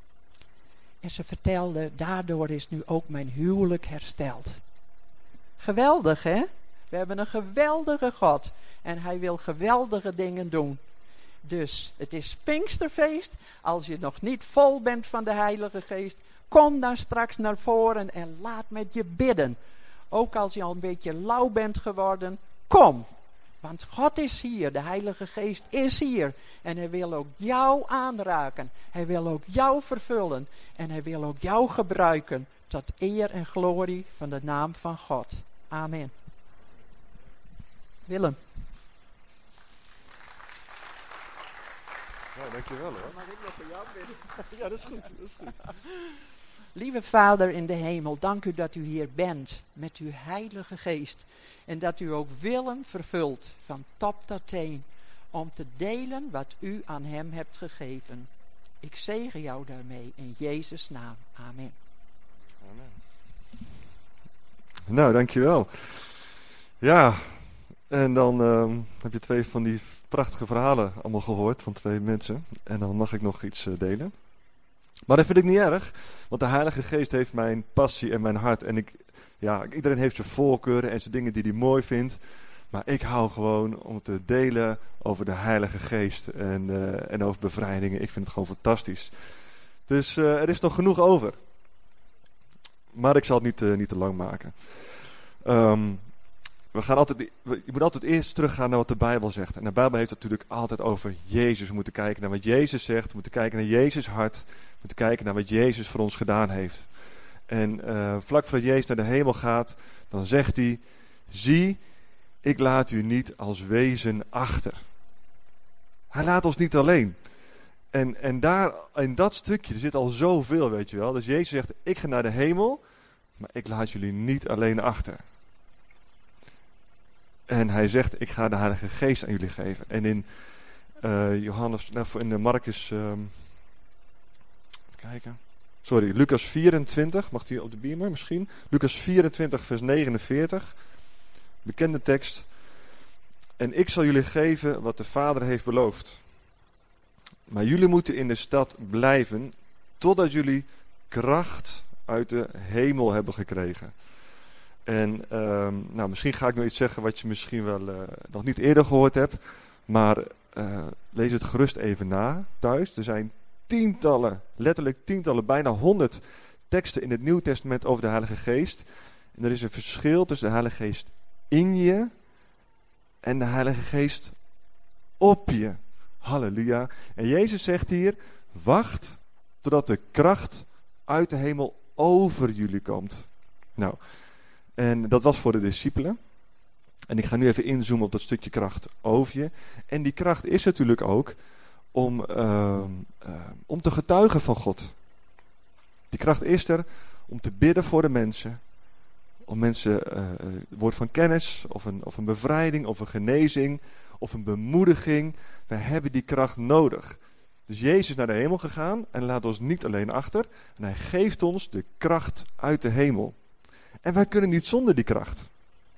En ze vertelde, daardoor is nu ook mijn huwelijk hersteld. Geweldig, hè? We hebben een geweldige God. En hij wil geweldige dingen doen. Dus het is Pinksterfeest. Als je nog niet vol bent van de Heilige Geest, kom dan straks naar voren en laat met je bidden. Ook als je al een beetje lauw bent geworden, kom. Want God is hier, de Heilige Geest is hier. En hij wil ook jou aanraken. Hij wil ook jou vervullen. En hij wil ook jou gebruiken tot eer en glorie van de naam van God. Amen. Willem. Nou, dankjewel hoor. Mag ik nog voor jou bidden? Ja, dat is goed. Dat is goed. Lieve Vader in de hemel, dank u dat u hier bent met uw Heilige Geest. En dat u ook Willem vervult van top tot teen om te delen wat u aan hem hebt gegeven. Ik zegen jou daarmee in Jezus' naam. Amen. Nou, dankjewel. Ja, en dan heb je 2 van die prachtige verhalen allemaal gehoord van 2 mensen. En dan mag ik nog iets delen. Maar dat vind ik niet erg, want de Heilige Geest heeft mijn passie en mijn hart. En iedereen heeft zijn voorkeuren en zijn dingen die hij mooi vindt. Maar ik hou gewoon om te delen over de Heilige Geest en over bevrijdingen. Ik vind het gewoon fantastisch. Dus er is nog genoeg over. Maar ik zal het niet te lang maken. Je moet altijd eerst teruggaan naar wat de Bijbel zegt. En de Bijbel heeft het natuurlijk altijd over Jezus. We moeten kijken naar wat Jezus zegt. We moeten kijken naar Jezus' hart. We moeten kijken naar wat Jezus voor ons gedaan heeft. En vlak voordat Jezus naar de hemel gaat, dan zegt hij: zie, ik laat u niet als wezen achter. Hij laat ons niet alleen. En daar, in dat stukje, er zit al zoveel, weet je wel. Dus Jezus zegt: ik ga naar de hemel, maar ik laat jullie niet alleen achter. En hij zegt: ik ga de Heilige Geest aan jullie geven. En in Marcus, Lucas 24, mag die op de beamer misschien? Lucas 24 vers 49, bekende tekst. En ik zal jullie geven wat de Vader heeft beloofd. Maar jullie moeten in de stad blijven totdat jullie kracht uit de hemel hebben gekregen. En misschien ga ik nog iets zeggen wat je misschien wel nog niet eerder gehoord hebt. Maar lees het gerust even na thuis. Er zijn letterlijk tientallen, bijna 100 teksten in het Nieuw Testament over de Heilige Geest. En er is een verschil tussen de Heilige Geest in je en de Heilige Geest op je. Halleluja. En Jezus zegt hier: wacht totdat de kracht uit de hemel over jullie komt. Nou, en dat was voor de discipelen. En ik ga nu even inzoomen op dat stukje kracht over je. En die kracht is natuurlijk ook om te getuigen van God. Die kracht is er om te bidden voor de mensen. Om mensen het woord van kennis, of een bevrijding, of een genezing, of een bemoediging. Wij hebben die kracht nodig. Dus Jezus is naar de hemel gegaan en laat ons niet alleen achter. En hij geeft ons de kracht uit de hemel. En wij kunnen niet zonder die kracht.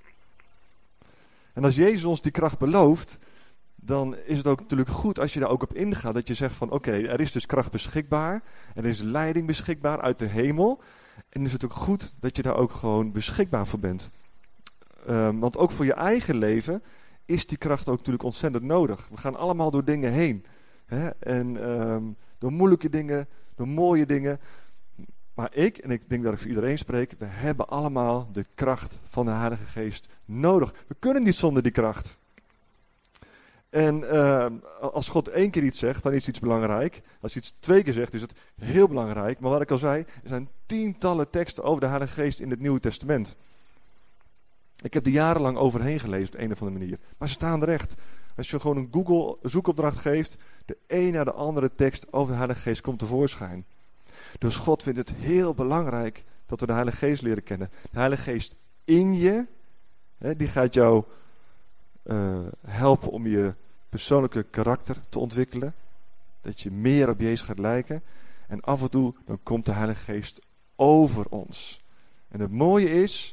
En als Jezus ons die kracht belooft, dan is het ook natuurlijk goed als je daar ook op ingaat. Dat je zegt van oké, er is dus kracht beschikbaar. Er is leiding beschikbaar uit de hemel. En is het ook goed dat je daar ook gewoon beschikbaar voor bent. Want ook voor je eigen leven is die kracht ook natuurlijk ontzettend nodig. We gaan allemaal door dingen heen. Hè? En door moeilijke dingen, door mooie dingen. Maar en ik denk dat ik voor iedereen spreek, we hebben allemaal de kracht van de Heilige Geest nodig. We kunnen niet zonder die kracht. En als God 1 keer iets zegt, dan is iets belangrijk. Als hij iets 2 keer zegt, is het heel belangrijk. Maar wat ik al zei, er zijn tientallen teksten over de Heilige Geest in het Nieuwe Testament. Ik heb er jarenlang overheen gelezen op een of andere manier. Maar ze staan er echt. Als je gewoon een Google zoekopdracht geeft, de een na de andere tekst over de Heilige Geest komt tevoorschijn. Dus God vindt het heel belangrijk dat we de Heilige Geest leren kennen. De Heilige Geest in je, die gaat jou helpen om je persoonlijke karakter te ontwikkelen. Dat je meer op Jezus gaat lijken. En af en toe dan komt de Heilige Geest over ons. En het mooie is,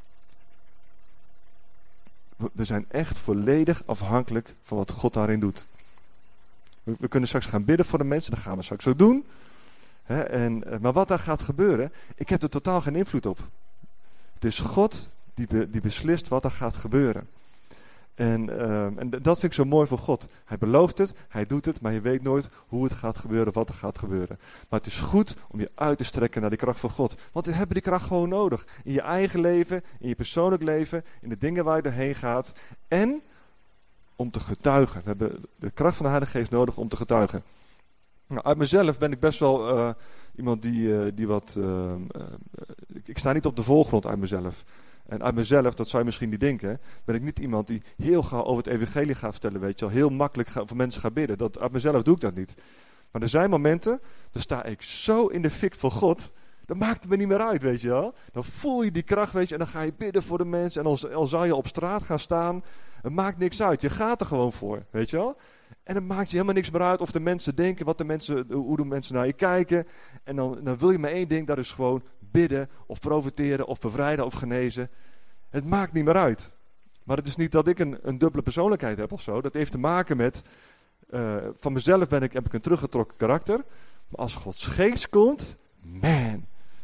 we zijn echt volledig afhankelijk van wat God daarin doet. We kunnen straks gaan bidden voor de mensen, dat gaan we straks ook doen. Maar wat daar gaat gebeuren, ik heb er totaal geen invloed op. Het is God die beslist wat er gaat gebeuren. En dat vind ik zo mooi voor God. Hij belooft het, hij doet het, maar je weet nooit hoe het gaat gebeuren, wat er gaat gebeuren. Maar het is goed om je uit te strekken naar die kracht van God. Want we hebben die kracht gewoon nodig. In je eigen leven, in je persoonlijk leven, in de dingen waar je doorheen gaat. En om te getuigen. We hebben de kracht van de Heilige Geest nodig om te getuigen. Nou, uit mezelf ben ik best wel iemand die wat... ik sta niet op de voorgrond uit mezelf. En uit mezelf, dat zou je misschien niet denken, ben ik niet iemand die heel gauw over het evangelie gaat vertellen, weet je wel. Heel makkelijk voor mensen gaat bidden. Uit mezelf doe ik dat niet. Maar er zijn momenten, dan sta ik zo in de fik voor God, dat maakt het me niet meer uit, weet je wel. Dan voel je die kracht, weet je, en dan ga je bidden voor de mensen. En al zou je op straat gaan staan, het maakt niks uit. Je gaat er gewoon voor, weet je wel. En dan maakt je helemaal niks meer uit of de mensen denken, hoe de mensen naar je kijken. En dan wil je maar één ding, dat is gewoon bidden of profiteren of bevrijden of genezen. Het maakt niet meer uit. Maar het is niet dat ik een dubbele persoonlijkheid heb of zo. Dat heeft te maken met, van mezelf heb ik een teruggetrokken karakter. Maar als Gods geest komt, man,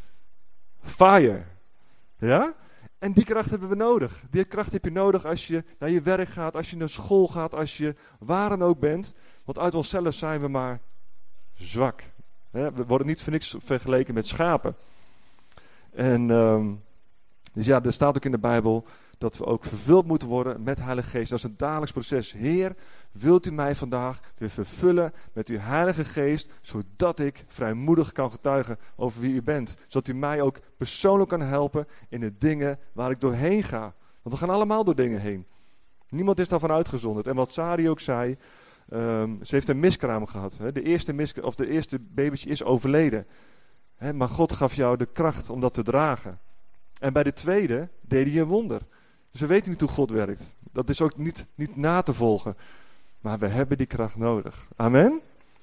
fire. Ja? En die kracht hebben we nodig. Die kracht heb je nodig als je naar je werk gaat, als je naar school gaat, als je waar dan ook bent. Want uit onszelf zijn we maar zwak. We worden niet voor niks vergeleken met schapen. En dus ja, er staat ook in de Bijbel dat we ook vervuld moeten worden met Heilige Geest. Dat is een dagelijks proces. Heer, wilt u mij vandaag weer vervullen met uw Heilige Geest, zodat ik vrijmoedig kan getuigen over wie u bent. Zodat u mij ook persoonlijk kan helpen in de dingen waar ik doorheen ga. Want we gaan allemaal door dingen heen. Niemand is daarvan uitgezonderd. En wat Sari ook zei, ze heeft een miskraam gehad. Hè. De eerste babytje is overleden. Hè, maar God gaf jou de kracht om dat te dragen. En bij de tweede deed hij een wonder. Dus we weten niet hoe God werkt. Dat is ook niet na te volgen. Maar we hebben die kracht nodig. Amen?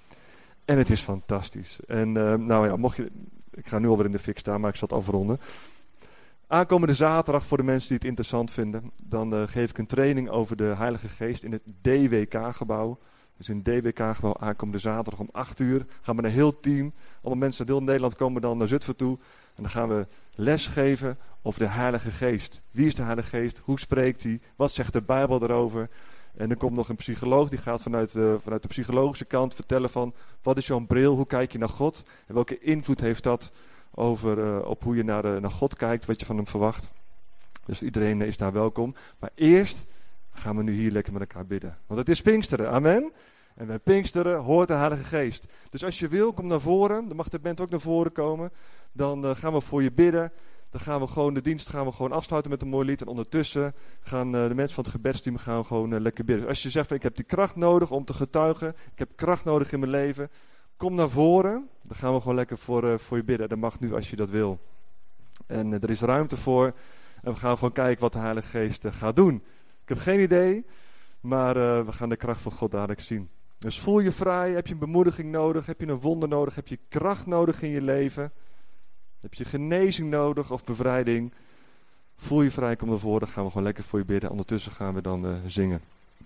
En het is fantastisch. En nou ja, ik ga nu alweer in de fik staan, maar ik zal het afronden. Aankomende zaterdag, voor de mensen die het interessant vinden, dan geef ik een training over de Heilige Geest in het DWK-gebouw. Dus in het DWK-gebouw aankomende zaterdag om 8:00 gaan we een heel team. Allemaal mensen uit heel Nederland komen dan naar Zutphen toe. En dan gaan we les geven over de Heilige Geest. Wie is de Heilige Geest? Hoe spreekt hij? Wat zegt de Bijbel erover? En er komt nog een psycholoog, die gaat vanuit de psychologische kant vertellen van, wat is jouw bril? Hoe kijk je naar God? En welke invloed heeft dat op hoe je naar God kijkt, wat je van hem verwacht? Dus iedereen is daar welkom. Maar eerst gaan we nu hier lekker met elkaar bidden. Want het is Pinksteren, amen? En bij Pinksteren hoort de Heilige Geest. Dus als je wil, kom naar voren. Dan mag de band ook naar voren komen. Dan gaan we voor je bidden. Dan gaan we gewoon de dienst afsluiten met een mooi lied. En ondertussen gaan de mensen van het gebedsteam gewoon lekker bidden. Dus als je zegt, van, ik heb die kracht nodig om te getuigen. Ik heb kracht nodig in mijn leven. Kom naar voren. Dan gaan we gewoon lekker voor je bidden. Dat mag nu als je dat wil. En er is ruimte voor. En we gaan gewoon kijken wat de Heilige Geest gaat doen. Ik heb geen idee. Maar we gaan de kracht van God dadelijk zien. Dus voel je vrij. Heb je een bemoediging nodig? Heb je een wonder nodig? Heb je kracht nodig in je leven? Heb je genezing nodig of bevrijding? Voel je vrij, kom naar voren. Dan gaan we gewoon lekker voor je bidden. Ondertussen gaan we dan zingen.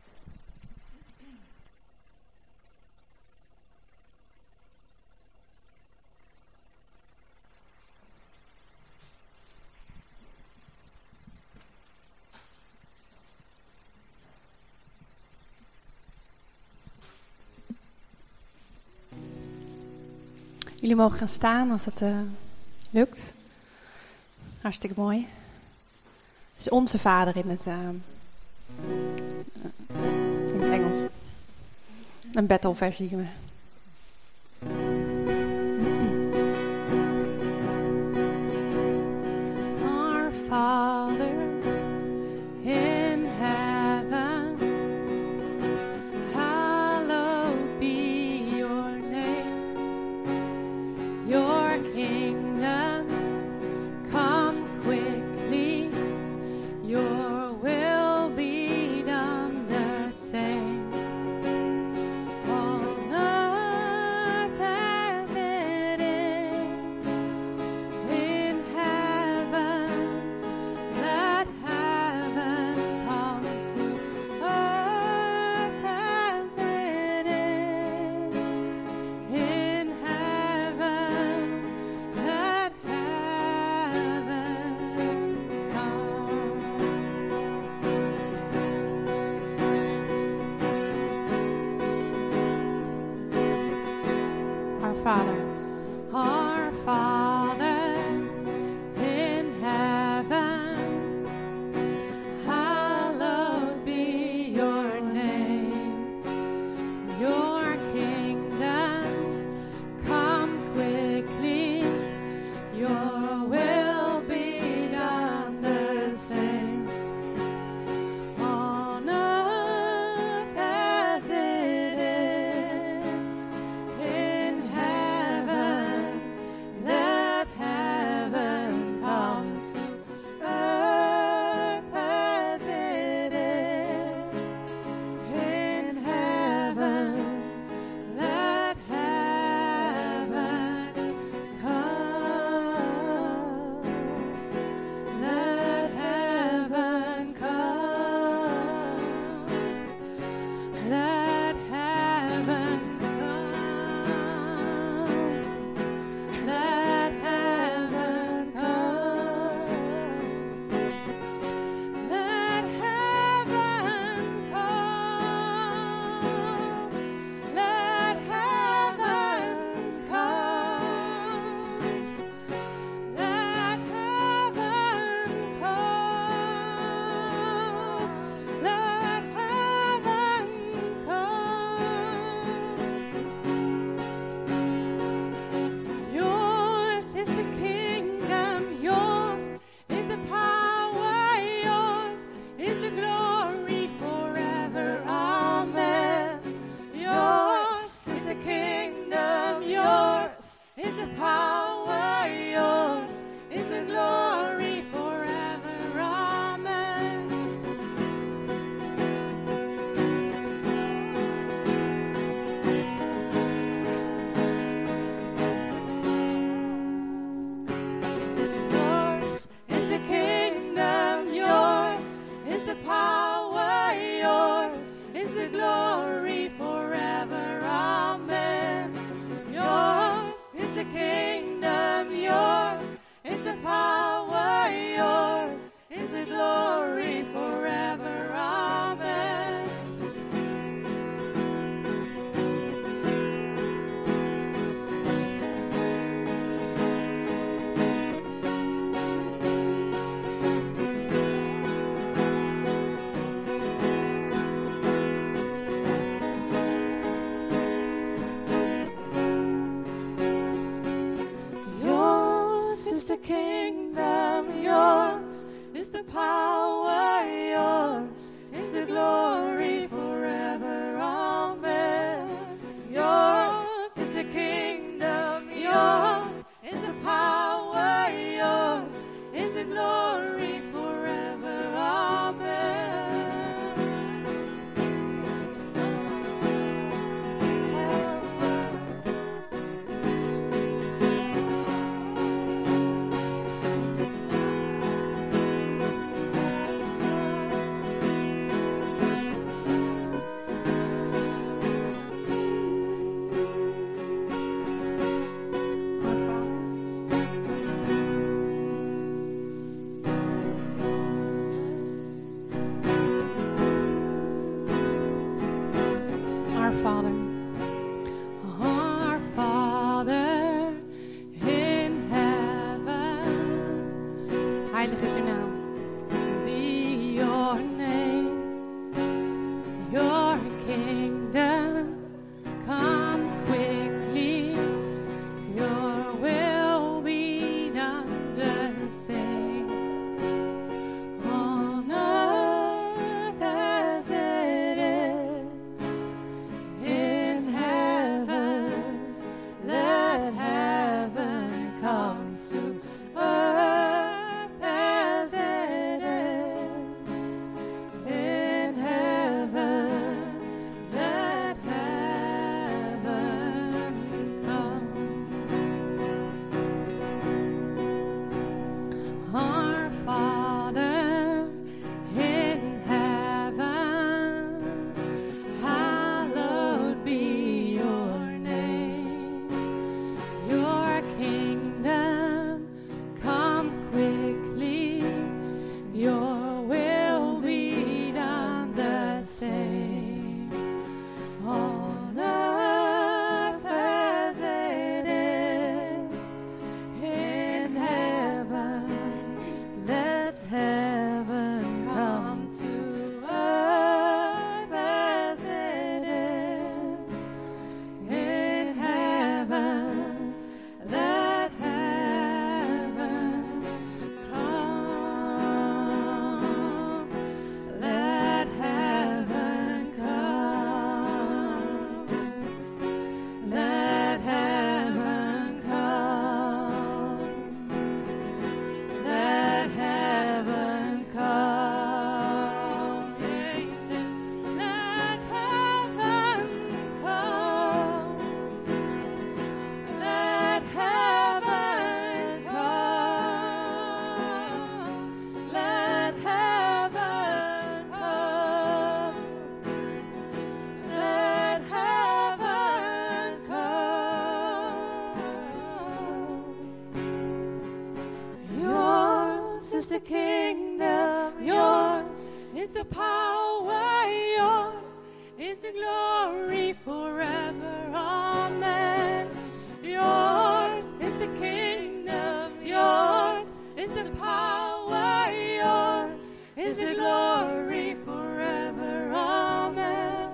Jullie mogen gaan staan als het lukt. Hartstikke mooi. Het is Onze Vader in het Engels. Een battle versie. Our Father in heaven, hallowed be your name. Your kingdom come quickly, your will be done the same on is the power, yours is the glory forever. Amen. Yours is the kingdom, yours is the power, yours is the glory forever. Amen. Yours is the kingdom, yours is the power, yours is the glory forever. Amen. Yours is the kingdom, yours is the power, yours is the glory forever. Amen. Yours is the kingdom, yours is the power, yours is the glory forever. Amen. Our Father. Our Father in heaven, Heilig is uw naam. be your name, your kingdom come quickly, your will be done the same on earth as it is in heaven. Let heaven come to earth as it is in heaven. Let heaven come. Our Father in heaven, hallowed be your name. Your kingdom come quickly, your will be done the same on earth as it is in heaven. Let heaven come to earth as it is in heaven. Let heaven come. Let heaven come. Let heaven come. Let heaven come. Let heaven come. Let heaven come. Let heaven come. Let heaven come. Yours is the kingdom, yours is the power, yours is the glory forever. Amen. Yours is the kingdom, yours is the power, yours is the glory forever. Amen.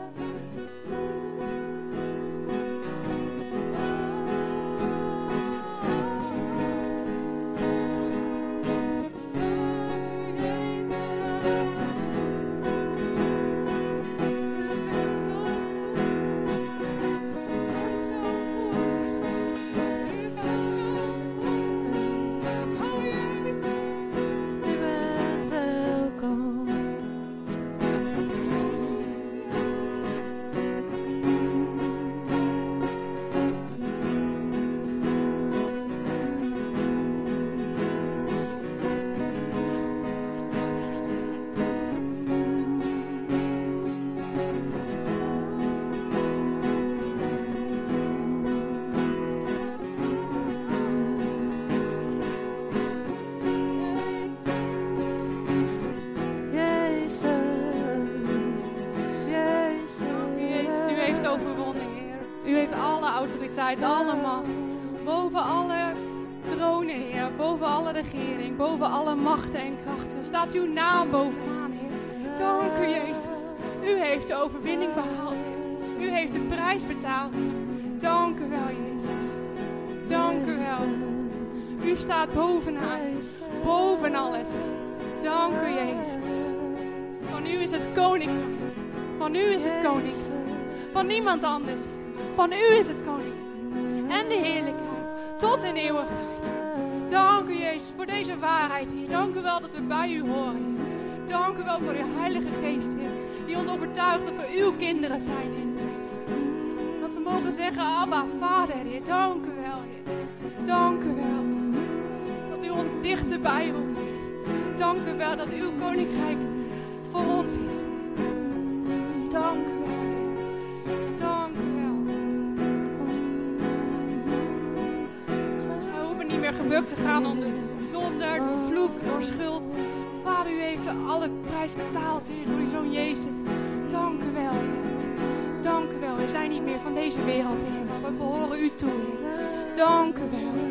Boven alle tronen, Heer. Boven alle regering. Boven alle machten en krachten. Staat uw naam bovenaan, Heer. Dank u, Jezus. U heeft de overwinning behaald, Heer. U heeft de prijs betaald. Dank u wel, Jezus. Dank u wel. U staat bovenaan. Boven alles. Dank u, Jezus. Van u is het koninkrijk. Van u is het koninkrijk. Van niemand anders. Van u is het koninkrijk. En de heerlijkheid. Tot in eeuwigheid. Dank u, Jezus, voor deze waarheid, Heer. Dank u wel dat we bij u horen, Heer. Dank u wel voor uw Heilige Geest, Heer. Die ons overtuigt dat we uw kinderen zijn, Heer. Dat we mogen zeggen, Abba, Vader, Heer. Dank u wel, Heer. Dank u wel. Dat u ons dichterbij roept, Heer. Dank u wel dat uw koninkrijk voor ons is. Dank u wel, Heer. Dank u wel. We hoeven niet meer gebukt te gaan onder zonde, door vloek, door schuld. Vader, u heeft alle prijs betaald, Heer, door uw Zoon Jezus. Dank u wel, Heer. Dank u wel. We zijn niet meer van deze wereld, Heer, maar we behoren u toe, Heer. Dank u wel.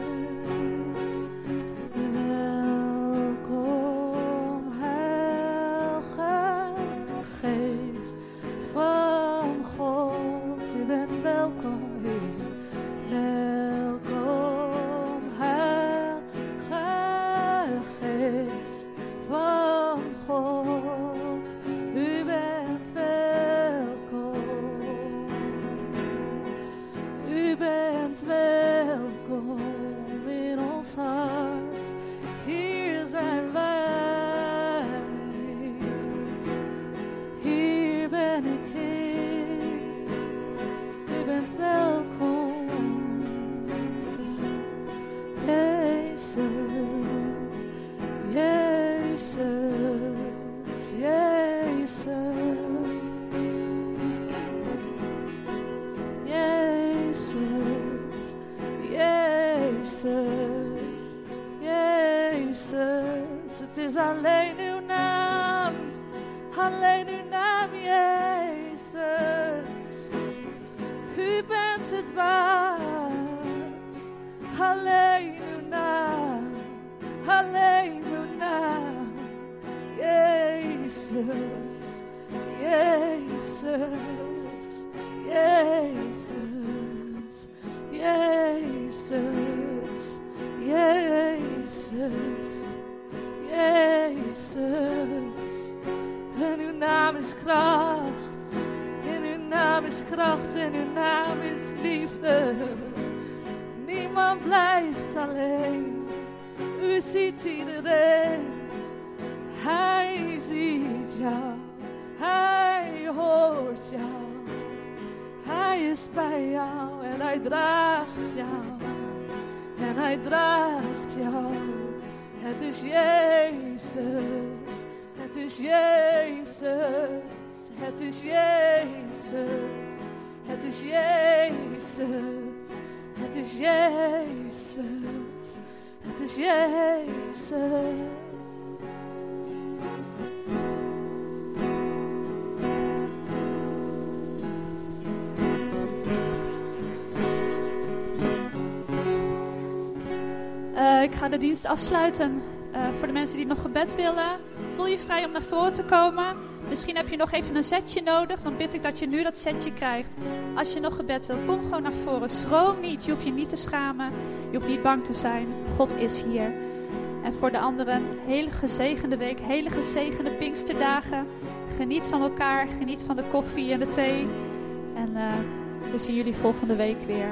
Ik ga de dienst afsluiten. Voor de mensen die nog gebed willen, voel je vrij om naar voren te komen. Misschien heb je nog even een setje nodig. Dan bid ik dat je nu dat setje krijgt. Als je nog gebed wil, kom gewoon naar voren. Schroom niet. Je hoeft je niet te schamen. Je hoeft niet bang te zijn. God is hier. En voor de anderen, hele gezegende week. Hele gezegende Pinksterdagen. Geniet van elkaar. Geniet van de koffie en de thee. En we zien jullie volgende week weer.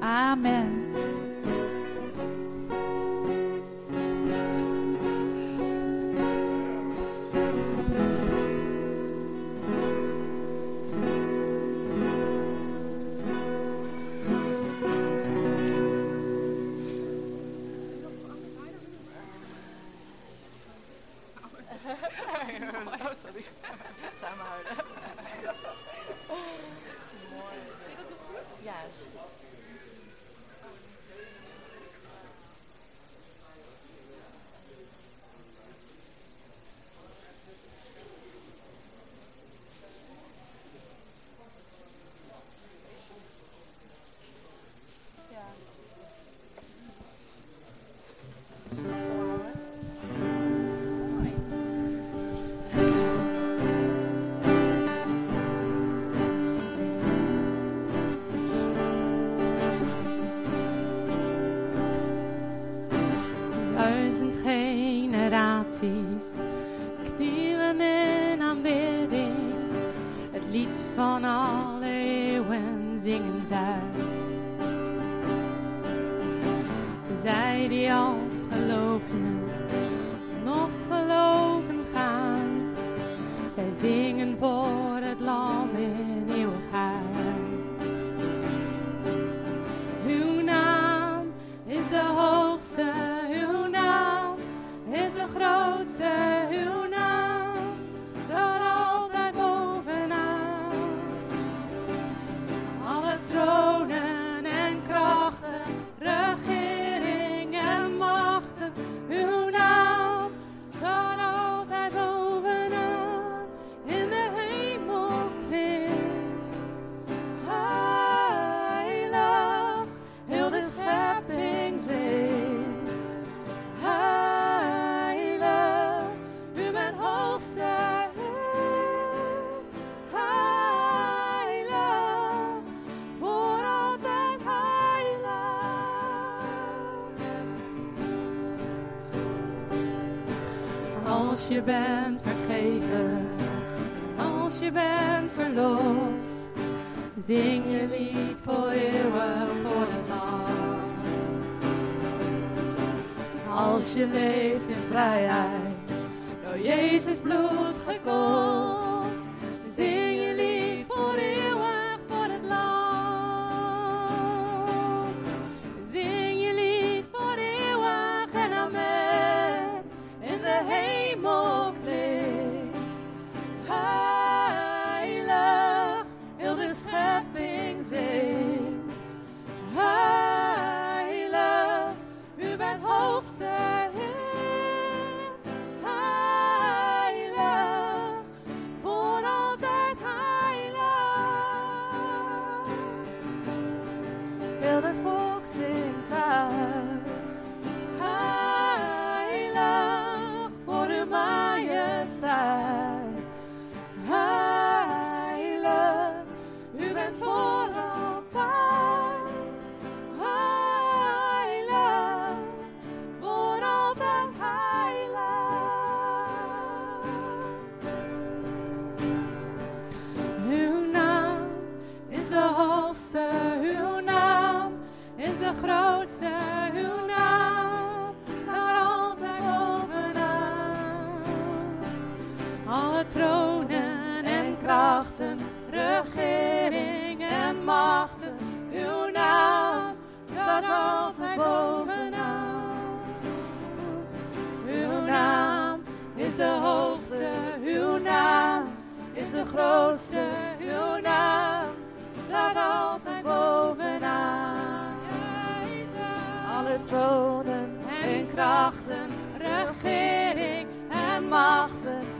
Amen. Ja, is goed. 1000 generaties knielen in aanbidding. Het lied van alle eeuwen zingen zij. Zij die al geloofden, nog geloven gaan. Zij zingen voor het lam in eeuwigheid. Uw naam is de hoogste, uw naam is de grootste, uw naam staat altijd bovenaan. Alle tronen en krachten, regering en machten, uw naam staat altijd bovenaan. In de hemel klinkt heilig, heel de schepping zingt heilig, u bent hoogste Heer, heilig, voor altijd heilig. Als je bent vergeven, als je bent verlost, zing je lied voor eeuwig voor het lam. Als je leeft in vrijheid, door Jezus bloed gekocht, zing je lied voor eeuwig voor het lam. Zing je lied voor eeuwig en amen, in de hemel klinkt heilig, heel de schepping zingt heilig, u bent hoogste Heer, heilig, voor altijd heilig. Heel het volk zingt uit, heilig, voor uw majesteit, heilig, u bent voor altijd heilig, voor altijd heilig. Uw naam is de hoogste, uw naam is de grootste, uw naam staat altijd bovenaan. Alle tronen en krachten, regering en machten, uw naam staat altijd bovenaan. Uw naam is de hoogste, uw naam is de grootste, uw naam staat altijd bovenaan. Alle tronen en krachten, regering en machten,